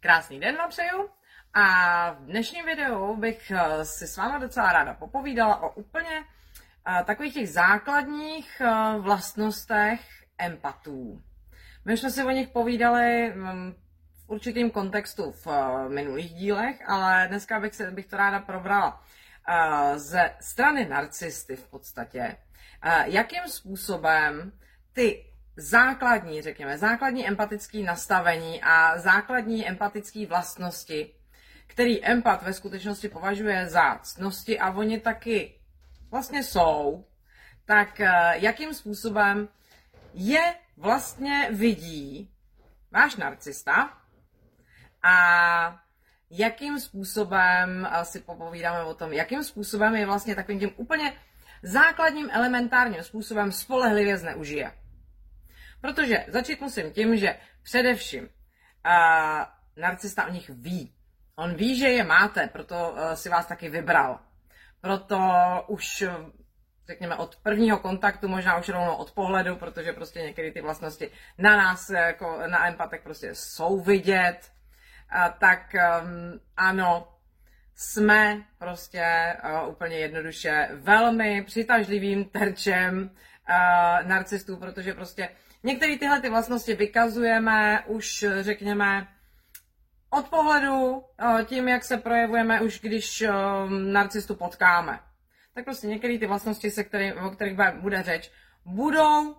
Krásný den vám přeju a v dnešním videu bych si s váma docela ráda popovídala o úplně takových těch základních vlastnostech empatů. My už jsme si o nich povídali v určitém kontextu v minulých dílech, ale dneska bych to ráda probrala ze strany narcisty v podstatě. Jakým způsobem ty základní empatické nastavení a základní empatické vlastnosti, který empat ve skutečnosti považuje za ctnosti a oni taky vlastně jsou, tak jakým způsobem je vlastně vidí váš narcista a jakým způsobem si popovídáme o tom, jakým způsobem je vlastně takovým tím úplně základním elementárním způsobem spolehlivě zneužije. Protože začít musím tím, že především narcista o nich ví. On ví, že je máte, proto si vás taky vybral. Proto už, řekněme, od prvního kontaktu, možná už rovnou od pohledu, protože prostě některé ty vlastnosti na nás, jako na empatech, prostě jsou vidět. Tak ano, jsme prostě úplně jednoduše velmi přitažlivým terčem narcistů, protože prostě některé tyhle ty vlastnosti vykazujeme už, řekněme, od pohledu, tím, jak se projevujeme už, když narcistu potkáme. Tak prostě některé ty vlastnosti, o kterých bude řeč, budou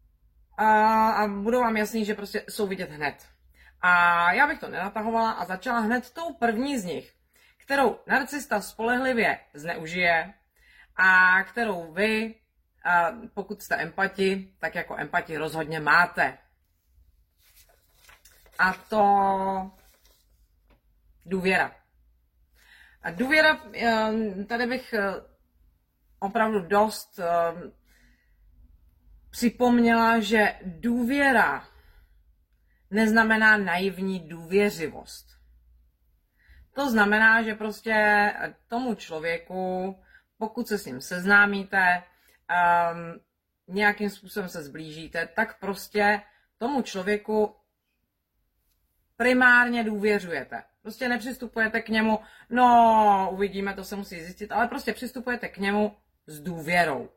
vám jasný, že prostě jsou vidět hned. A já bych to nenatahovala a začala hned tou první z nich, kterou narcista spolehlivě zneužije a kterou vy, pokud jste empati, tak jako empati rozhodně máte. A to důvěra. A důvěra, tady bych opravdu dost připomněla, že důvěra neznamená naivní důvěřivost. To znamená, že prostě tomu člověku, pokud se s ním seznámíte, nějakým způsobem se zblížíte, tak prostě tomu člověku primárně důvěřujete. Prostě nepřistupujete k němu, no uvidíme, to se musí zjistit, ale prostě přistupujete k němu s důvěrou.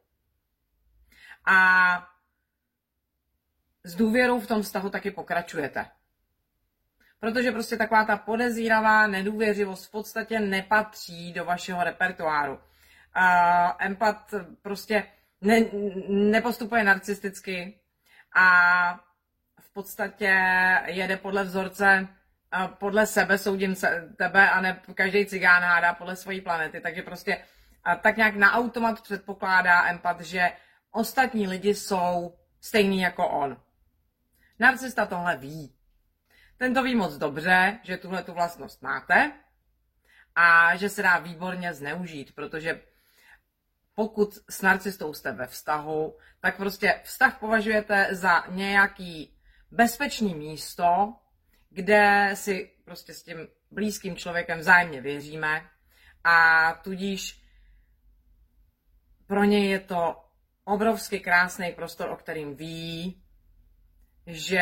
A s důvěrou v tom vztahu taky pokračujete. Protože prostě taková ta podezíravá nedůvěřivost v podstatě nepatří do vašeho repertoáru. Empat prostě nepostupuje narcisticky a v podstatě jede podle vzorce, podle sebe soudím tebe a ne každý cigán hádá podle své planety. Takže prostě tak nějak na automat předpokládá empat, že ostatní lidi jsou stejný jako on. Narcista tohle ví. Ten to ví moc dobře, že tuhle tu vlastnost máte a že se dá výborně zneužít, protože pokud s narcistou jste ve vztahu, tak prostě vztah považujete za nějaký bezpečný místo, kde si prostě s tím blízkým člověkem vzájemně věříme a tudíž pro něj je to obrovsky krásný prostor, o kterým ví, že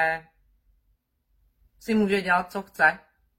si může dělat, co chce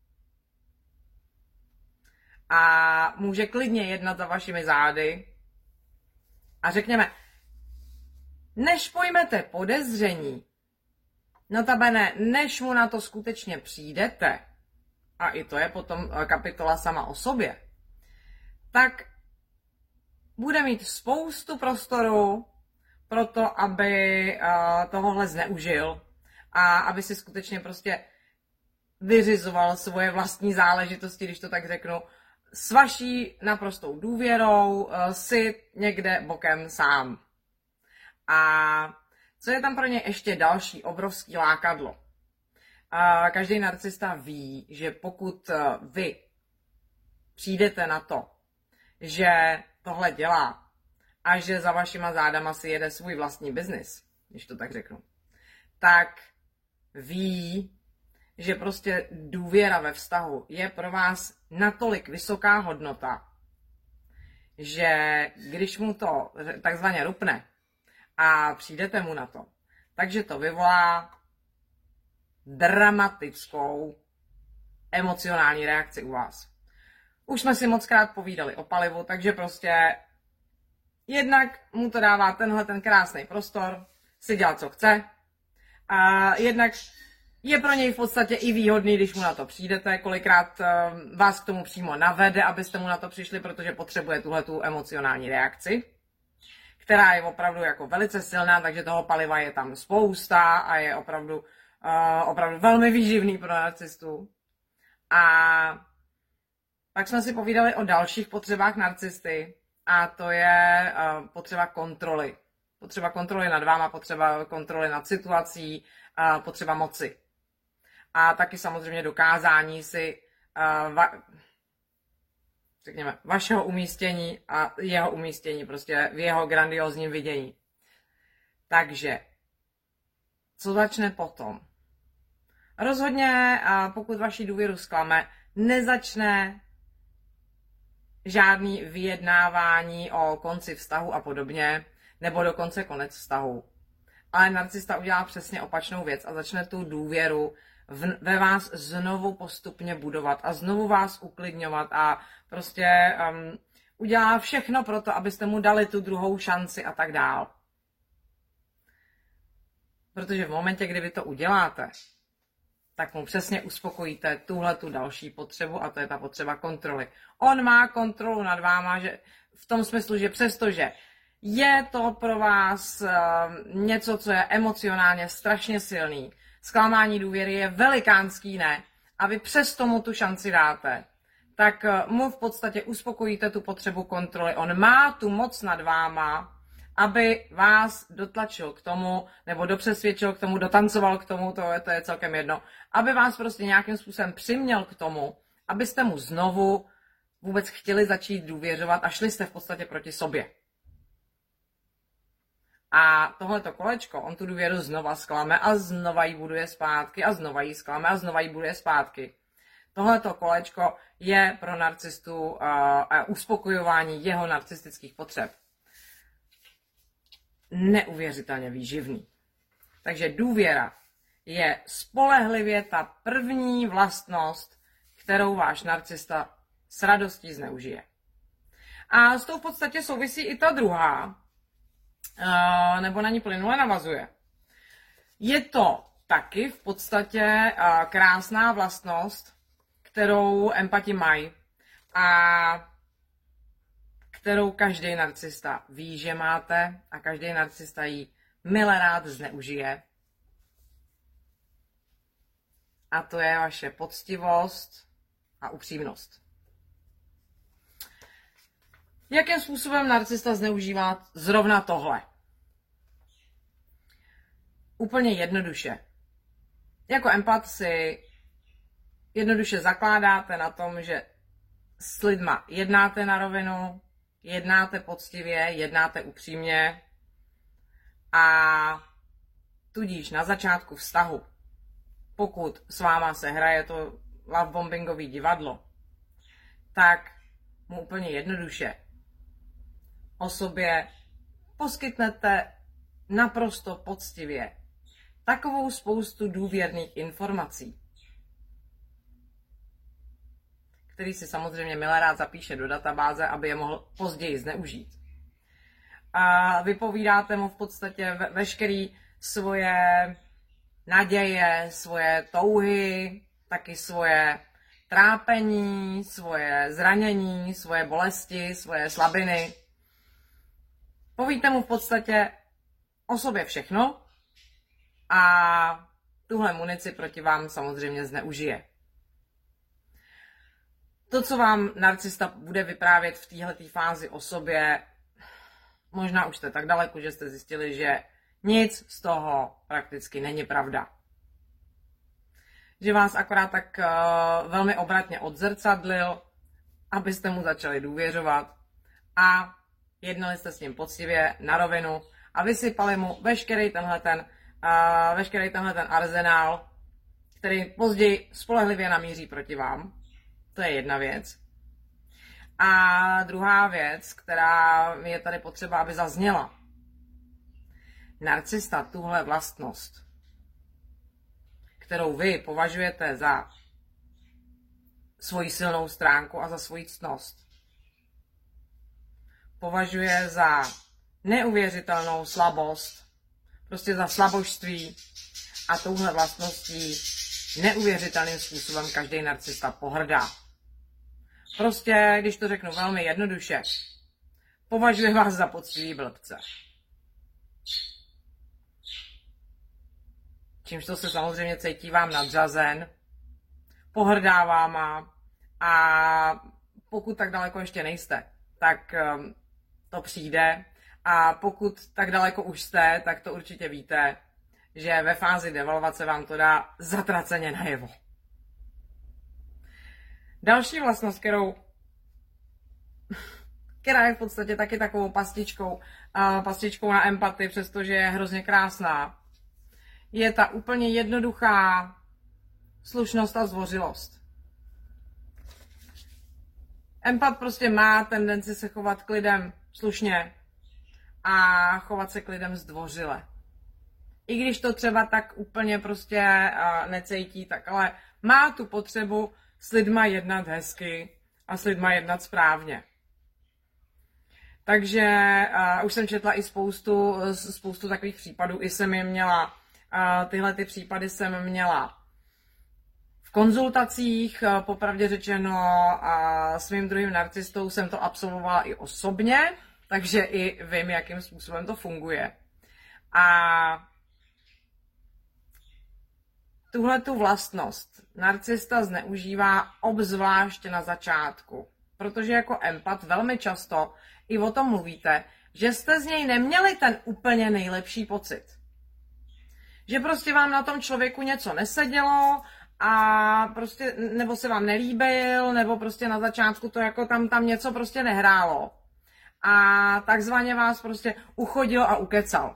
a může klidně jednat za vašimi zády a řekněme, než pojmete podezření, notabene, než mu na to skutečně přijdete, a i to je potom kapitola sama o sobě, tak bude mít spoustu prostoru pro to, aby tohohle zneužil a aby si skutečně prostě vyřizoval svoje vlastní záležitosti, když to tak řeknu, s vaší naprostou důvěrou si někde bokem sám. A co je tam pro ně ještě další obrovský lákadlo? Každý narcista ví, že pokud vy přijdete na to, že tohle dělá a že za vašima zádama si jede svůj vlastní biznis, když to tak řeknu, tak ví, že prostě důvěra ve vztahu je pro vás natolik vysoká hodnota, že když mu to takzvaně rupne a přijdete mu na to, takže to vyvolá dramatickou emocionální reakci u vás. Už jsme si mockrát povídali o palivu, takže prostě jednak mu to dává tenhle ten krásný prostor, si dělat, co chce, a jednak je pro něj v podstatě i výhodný, když mu na to přijdete, kolikrát vás k tomu přímo navede, abyste mu na to přišli, protože potřebuje tuhletu emocionální reakci, která je opravdu jako velice silná, takže toho paliva je tam spousta a je opravdu velmi výživný pro narcistu. A pak jsme si povídali o dalších potřebách narcisty a to je potřeba kontroly. Potřeba kontroly nad váma, potřeba kontroly nad situací, potřeba moci. A taky samozřejmě dokázání si řekněme, vašeho umístění a jeho umístění, prostě v jeho grandiózním vidění. Takže, co začne potom? Rozhodně, pokud vaši důvěru zklame, nezačne žádný vyjednávání o konci vztahu a podobně, nebo dokonce konec vztahu. Ale narcista udělá přesně opačnou věc a začne tu důvěru ve vás znovu postupně budovat a znovu vás uklidňovat a prostě udělá všechno pro to, abyste mu dali tu druhou šanci a tak dál. Protože v momentě, kdy vy to uděláte, tak mu přesně uspokojíte tuhletu další potřebu a to je ta potřeba kontroly. On má kontrolu nad váma, že v tom smyslu, že přestože je to pro vás něco, co je emocionálně strašně silný, zklamání důvěry je velikánský ne a vy přesto mu tu šanci dáte, tak mu v podstatě uspokojíte tu potřebu kontroly. On má tu moc nad váma, aby vás dotlačil k tomu, nebo dopřesvědčil k tomu, dotancoval k tomu, to je celkem jedno, aby vás prostě nějakým způsobem přiměl k tomu, abyste mu znovu vůbec chtěli začít důvěřovat a šli jste v podstatě proti sobě. A tohleto kolečko, on tu důvěru znova zklame a znova ji buduje zpátky a znova ji zklame a znova ji buduje zpátky. Tohleto kolečko je pro narcistu uspokojování jeho narcistických potřeb neuvěřitelně výživný. Takže důvěra je spolehlivě ta první vlastnost, kterou váš narcista s radostí zneužije. A s tou v podstatě souvisí i ta druhá, nebo na ní plynule navazuje. Je to taky v podstatě krásná vlastnost, kterou empati mají a kterou každý narcista ví, že máte a každý narcista ji mile rád zneužije. A to je vaše poctivost a upřímnost. Jakým způsobem narcista zneužívá zrovna tohle? Úplně jednoduše. Jako empat si jednoduše zakládáte na tom, že s lidma jednáte na rovinu, jednáte poctivě, jednáte upřímně a tudíž na začátku vztahu, pokud s váma se hraje to lovebombingový divadlo, tak mu úplně jednoduše o sobě poskytnete naprosto poctivě takovou spoustu důvěrných informací, který si samozřejmě milé rád zapíše do databáze, aby je mohl později zneužít. A vypovídáte mu v podstatě veškerý svoje naděje, svoje touhy, taky svoje trápení, svoje zranění, svoje bolesti, svoje slabiny. Povíte mu v podstatě o sobě všechno a tuhle munici proti vám samozřejmě zneužije. To, co vám narcista bude vyprávět v této fázi o sobě, možná už jste tak daleko, že jste zjistili, že nic z toho prakticky není pravda. Že vás akorát tak velmi obratně odzrcadlil, abyste mu začali důvěřovat a jednali jste s ním poctivě na rovinu a vysypali mu veškerý tenhle ten arzenál, který později spolehlivě namíří proti vám. To je jedna věc. A druhá věc, která je tady potřeba, aby zazněla. Narcista tuhle vlastnost, kterou vy považujete za svoji silnou stránku a za svoji ctnost. Považuje za neuvěřitelnou slabost, prostě za slabožství a touhle vlastností neuvěřitelným způsobem každý narcista pohrdá. Prostě, když to řeknu velmi jednoduše, považuje vás za poctivý blbce. Čímž to se samozřejmě cítí vám nadřazen, pohrdá váma a pokud tak daleko ještě nejste, tak to přijde a pokud tak daleko už jste, tak to určitě víte, že ve fázi devalvace vám to dá zatraceně najevo. Další vlastnost, která je v podstatě taky takovou pastičkou na empatii, přestože je hrozně krásná, je ta úplně jednoduchá slušnost a zdvořilost. Empat prostě má tendenci se chovat k lidem slušně a chovat se k lidem zdvořile. I když to třeba tak úplně prostě necítí, tak ale má tu potřebu s lidma jednat hezky a s lidma jednat správně. Takže už jsem četla i spoustu takových případů, i jsem je měla, tyhle ty případy jsem měla v konzultacích, popravdě řečeno, s mým druhým narcistou jsem to absolvovala i osobně, takže i vím, jakým způsobem to funguje. A tuhletu vlastnost narcista zneužívá obzvlášť na začátku, protože jako empat velmi často i o tom mluvíte, že jste z něj neměli ten úplně nejlepší pocit. Že prostě vám na tom člověku něco nesedělo a prostě, nebo se vám nelíbil, nebo prostě na začátku to jako tam něco prostě nehrálo. A takzvaně vás prostě uchodil a ukecal.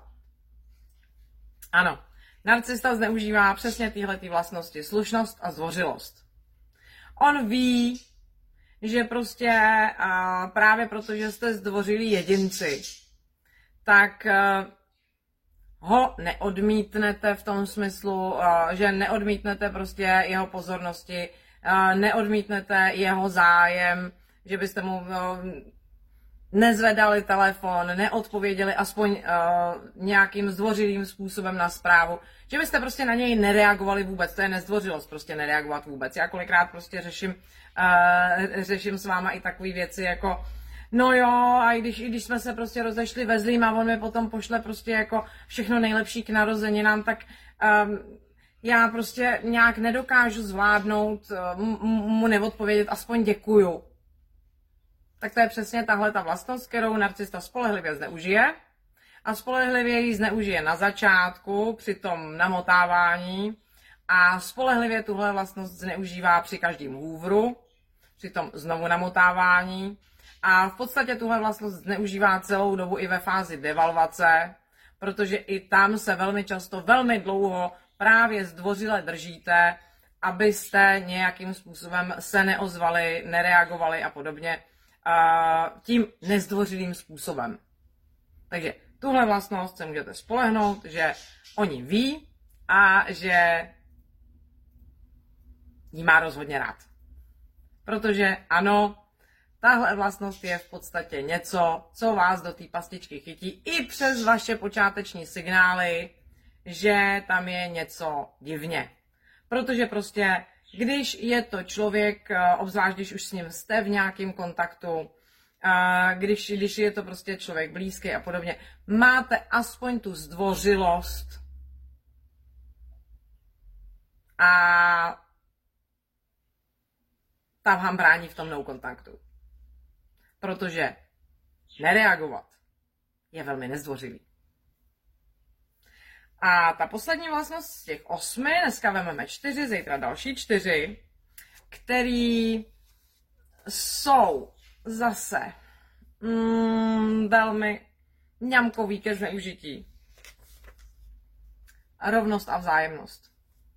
Ano, narcista zneužívá přesně tyhlety vlastnosti, slušnost a zdvořilost. On ví, že prostě právě protože jste zdvořilí jedinci, tak ho neodmítnete v tom smyslu, že neodmítnete prostě jeho pozornosti, neodmítnete jeho zájem, že byste mu nezvedali telefon, neodpověděli aspoň nějakým zdvořilým způsobem na zprávu, že byste prostě na něj nereagovali vůbec. To je nezdvořilost, prostě nereagovat vůbec. Já kolikrát prostě řeším s váma i takové věci jako no jo, a i když jsme se prostě rozešli ve zlým a on mi potom pošle prostě jako všechno nejlepší k narozeninám, tak já prostě nějak nedokážu zvládnout mu neodpovědět, aspoň děkuju. Tak to je přesně tahle ta vlastnost, kterou narcista spolehlivě zneužije. A spolehlivě ji zneužije na začátku, při tom namotávání. A spolehlivě tuhle vlastnost zneužívá při každém hůvru, při tom znovu namotávání. A v podstatě tuhle vlastnost zneužívá celou dobu i ve fázi devalvace, protože i tam se velmi často, velmi dlouho právě zdvořile držíte, abyste nějakým způsobem se neozvali, nereagovali a podobně. Tím nezdvořilým způsobem. Takže tuhle vlastnost se můžete spolehnout, že oni ví a že jí má rozhodně rád. Protože ano, tahle vlastnost je v podstatě něco, co vás do té pastičky chytí i přes vaše počáteční signály, že tam je něco divně. Protože prostě když je to člověk, obzvlášť když už s ním jste v nějakém kontaktu, když je to prostě člověk blízký a podobně, máte aspoň tu zdvořilost a ta vám brání v tom no kontaktu. Protože nereagovat je velmi nezdvořilý. A ta poslední vlastnost z těch 8, dneska vezmeme 4, zítra další 4, který jsou zase velmi ňamkový ke zneužití. Rovnost a vzájemnost.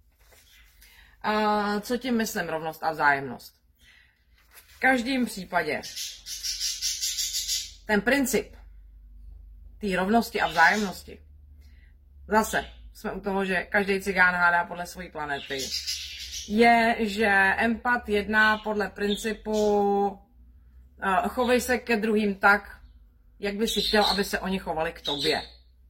Co tím myslím rovnost a vzájemnost? V každém případě ten princip té rovnosti a vzájemnosti. Zase jsme u toho, že každý cigán hádá podle své planety. je, že empat jedná podle principu chovej se ke druhým tak, jak by si chtěl, aby se oni chovali k tobě.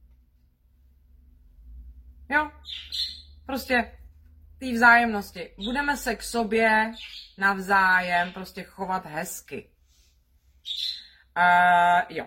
Jo? Prostě té vzájemnosti. Budeme se k sobě navzájem prostě chovat hezky. Jo.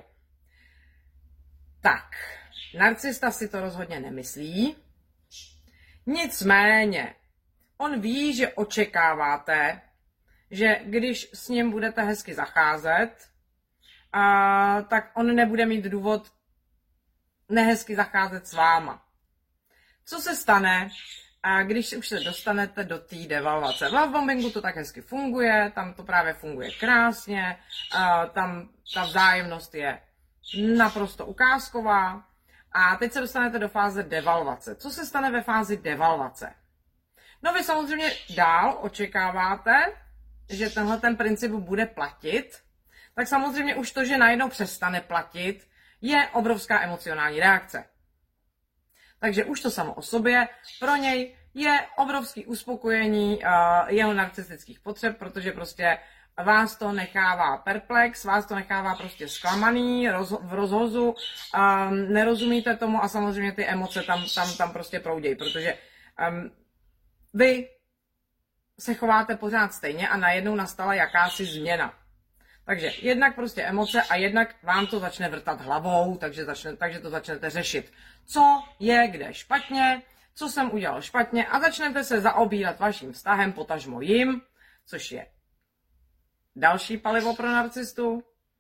Tak. Narcista si to rozhodně nemyslí. Nicméně, on ví, že očekáváte, že když s ním budete hezky zacházet, tak on nebude mít důvod nehezky zacházet s váma. Co se stane, když už se dostanete do té devalvace? V lovebombingu to tak hezky funguje, tam to právě funguje krásně, tam ta vzájemnost je naprosto ukázková. A teď se dostanete do fáze devalvace. Co se stane ve fázi devalvace? No vy samozřejmě dál očekáváte, že tenhle ten princip bude platit, tak samozřejmě už to, že najednou přestane platit, je obrovská emocionální reakce. Takže už to samo o sobě pro něj je obrovský uspokojení jeho narcistických potřeb, protože prostě vás to nechává perplex, vás to nechává prostě zklamaný, v rozhozu, nerozumíte tomu a samozřejmě ty emoce tam prostě proudějí, protože vy se chováte pořád stejně a najednou nastala jakási změna. Takže jednak prostě emoce a jednak vám to začne vrtat hlavou, takže to začnete řešit. Co je kde špatně, co jsem udělal špatně a začnete se zaobírat vaším vztahem, potažmo jim, což je další palivo pro narcistu.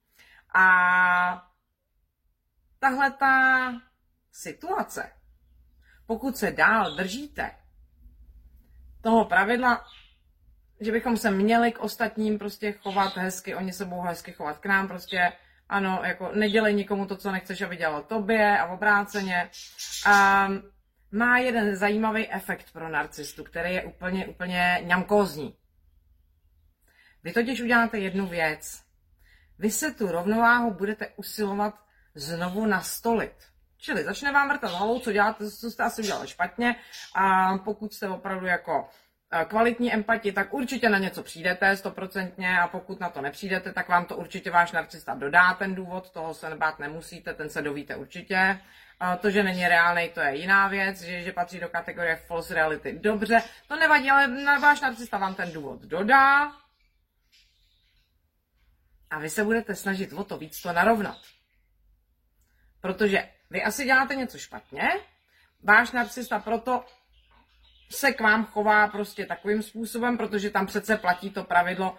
A tahle ta situace, pokud se dál držíte toho pravidla, že bychom se měli k ostatním prostě chovat hezky, oni se budou hezky chovat k nám, prostě ano, jako nedělej nikomu to, co nechceš, aby dělal tobě a obráceně. Má jeden zajímavý efekt pro narcistu, který je úplně ňamkózní. Vy totiž uděláte jednu věc. Vy se tu rovnováhu budete usilovat znovu nastolit. Čili začne vám vrtat hlavou, co děláte, co jste asi udělali špatně, a pokud jste opravdu jako kvalitní empati, tak určitě na něco přijdete 100%, a pokud na to nepřijdete, tak vám to určitě váš narcista dodá ten důvod, toho se nebát nemusíte, ten se dovíte určitě. To, že není reálnej, to je jiná věc, že patří do kategorie false reality. Dobře, to nevadí, ale váš narcista vám ten důvod dodá a vy se budete snažit o to víc to narovnat. Protože vy asi děláte něco špatně, váš narcista proto se k vám chová prostě takovým způsobem, protože tam přece platí to pravidlo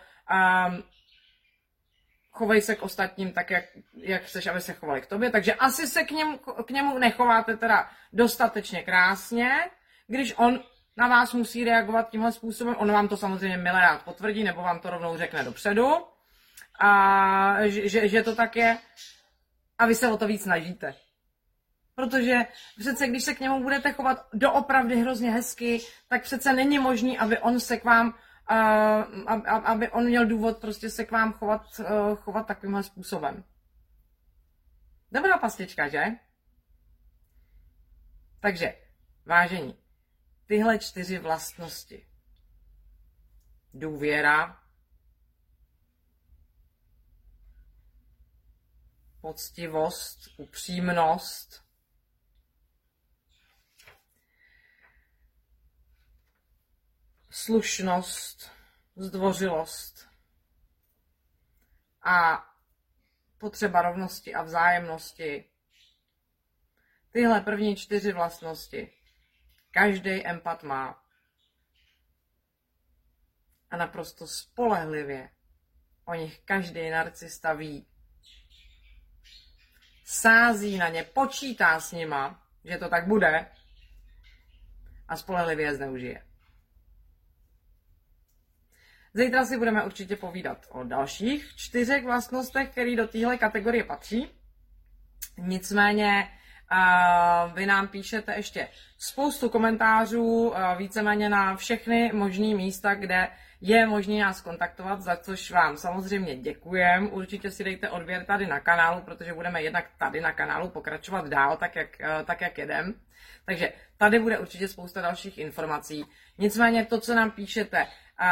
chovej se k ostatním tak, jak chceš, aby se chovali k tobě, takže asi se k němu nechováte teda dostatečně krásně, když on na vás musí reagovat tímhle způsobem, on vám to samozřejmě milé rád potvrdí, nebo vám to rovnou řekne dopředu, a že to tak je, a vy se o to víc snažíte. Protože přece, když se k němu budete chovat doopravdy hrozně hezky, tak přece není možný, aby on se k vám, aby on měl důvod prostě se k vám chovat takovýmhle způsobem. Dobrá pastička, že? Takže, vážení, tyhle 4 vlastnosti. Důvěra, poctivost, upřímnost, slušnost, zdvořilost a potřeba rovnosti a vzájemnosti. Tyhle první 4 vlastnosti každý empat má. A naprosto spolehlivě o nich každý narcista ví. Sází na ně, počítá s nima, že to tak bude, a spolehlivě je zneužije. Zítra si budeme určitě povídat o dalších 4 vlastnostech, které do téhle kategorie patří. Nicméně Vy nám píšete ještě spoustu komentářů, víceméně na všechny možné místa, kde je možné nás kontaktovat, za což vám samozřejmě děkujem. Určitě si dejte odběr tady na kanálu, protože budeme jednak tady na kanálu pokračovat dál, tak jak jedem. Takže tady bude určitě spousta dalších informací. Nicméně to, co nám píšete,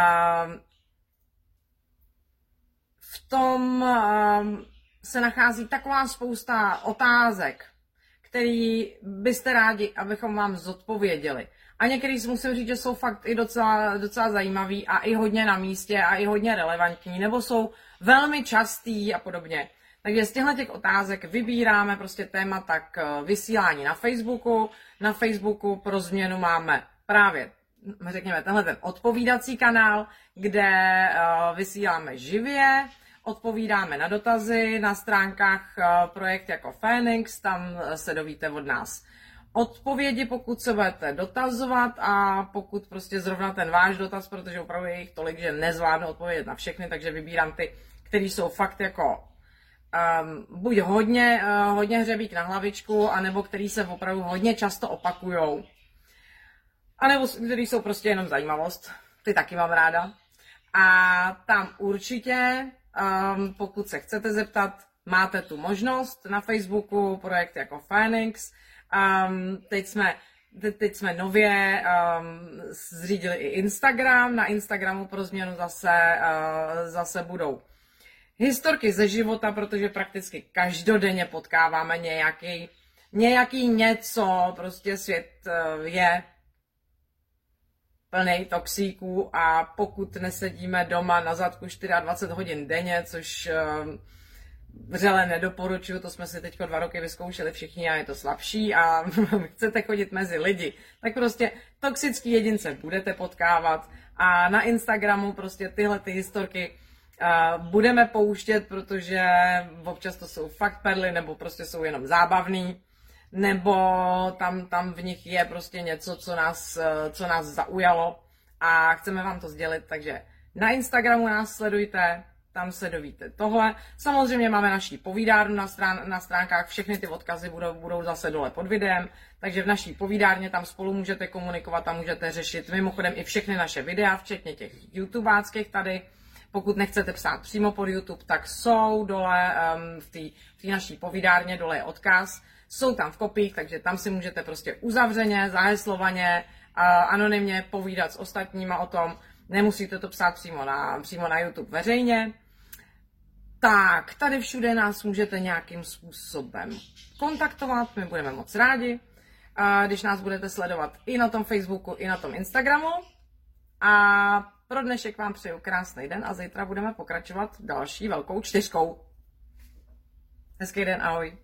v tom se nachází taková spousta otázek, který byste rádi, abychom vám zodpověděli. A některý si musím říct, že jsou fakt i docela zajímavý a i hodně na místě a i hodně relevantní, nebo jsou velmi častý a podobně. Takže z těch otázek vybíráme prostě témata k vysílání na Facebooku. Na Facebooku pro změnu máme právě, řekněme, tenhle ten odpovídací kanál, kde vysíláme živě, odpovídáme na dotazy na stránkách Projekt jako Fénix, tam se dovíte od nás odpovědi, pokud se budete dotazovat a pokud prostě zrovna ten váš dotaz, protože opravdu je jich tolik, že nezvládnu odpovědět na všechny, takže vybírám ty, který jsou fakt jako buď hodně hřebík na hlavičku, anebo který se opravdu hodně často opakujou. A nebo který jsou prostě jenom zajímavost. Ty taky mám ráda. A tam určitě, pokud se chcete zeptat, máte tu možnost na Facebooku, projekt jako Fénix. Teď jsme nově zřídili i Instagram. Na Instagramu pro změnu zase budou historky ze života, protože prakticky každodenně potkáváme nějaký něco, prostě svět je plný toxíků a pokud nesedíme doma na zadku 24 hodin denně, což vřele nedoporučuju, to jsme si teď 2 roky vyzkoušeli všichni a je to slabší a chcete chodit mezi lidi, tak prostě toxický jedince budete potkávat a na Instagramu prostě tyhle ty historky budeme pouštět, protože občas to jsou fakt perly, nebo prostě jsou jenom zábavný, nebo tam v nich je prostě něco, co nás zaujalo a chceme vám to sdělit, takže na Instagramu nás sledujte, tam se dovíte tohle. Samozřejmě máme naší povídárnu na stránkách, všechny ty odkazy budou zase dole pod videem, takže v naší povídárně tam spolu můžete komunikovat a můžete řešit mimochodem i všechny naše videa, včetně těch YouTubáckých tady. Pokud nechcete psát přímo pod YouTube, tak jsou dole v té naší povídárně, dole je odkaz. Jsou tam v kopiích, takže tam si můžete prostě uzavřeně, zaheslovaně, anonymně povídat s ostatníma o tom. Nemusíte to psát přímo na YouTube veřejně. Tak, tady všude nás můžete nějakým způsobem kontaktovat, my budeme moc rádi, když nás budete sledovat i na tom Facebooku, i na tom Instagramu. A pro dnešek vám přeju krásný den a zítra budeme pokračovat další velkou 4. Hezký den, ahoj.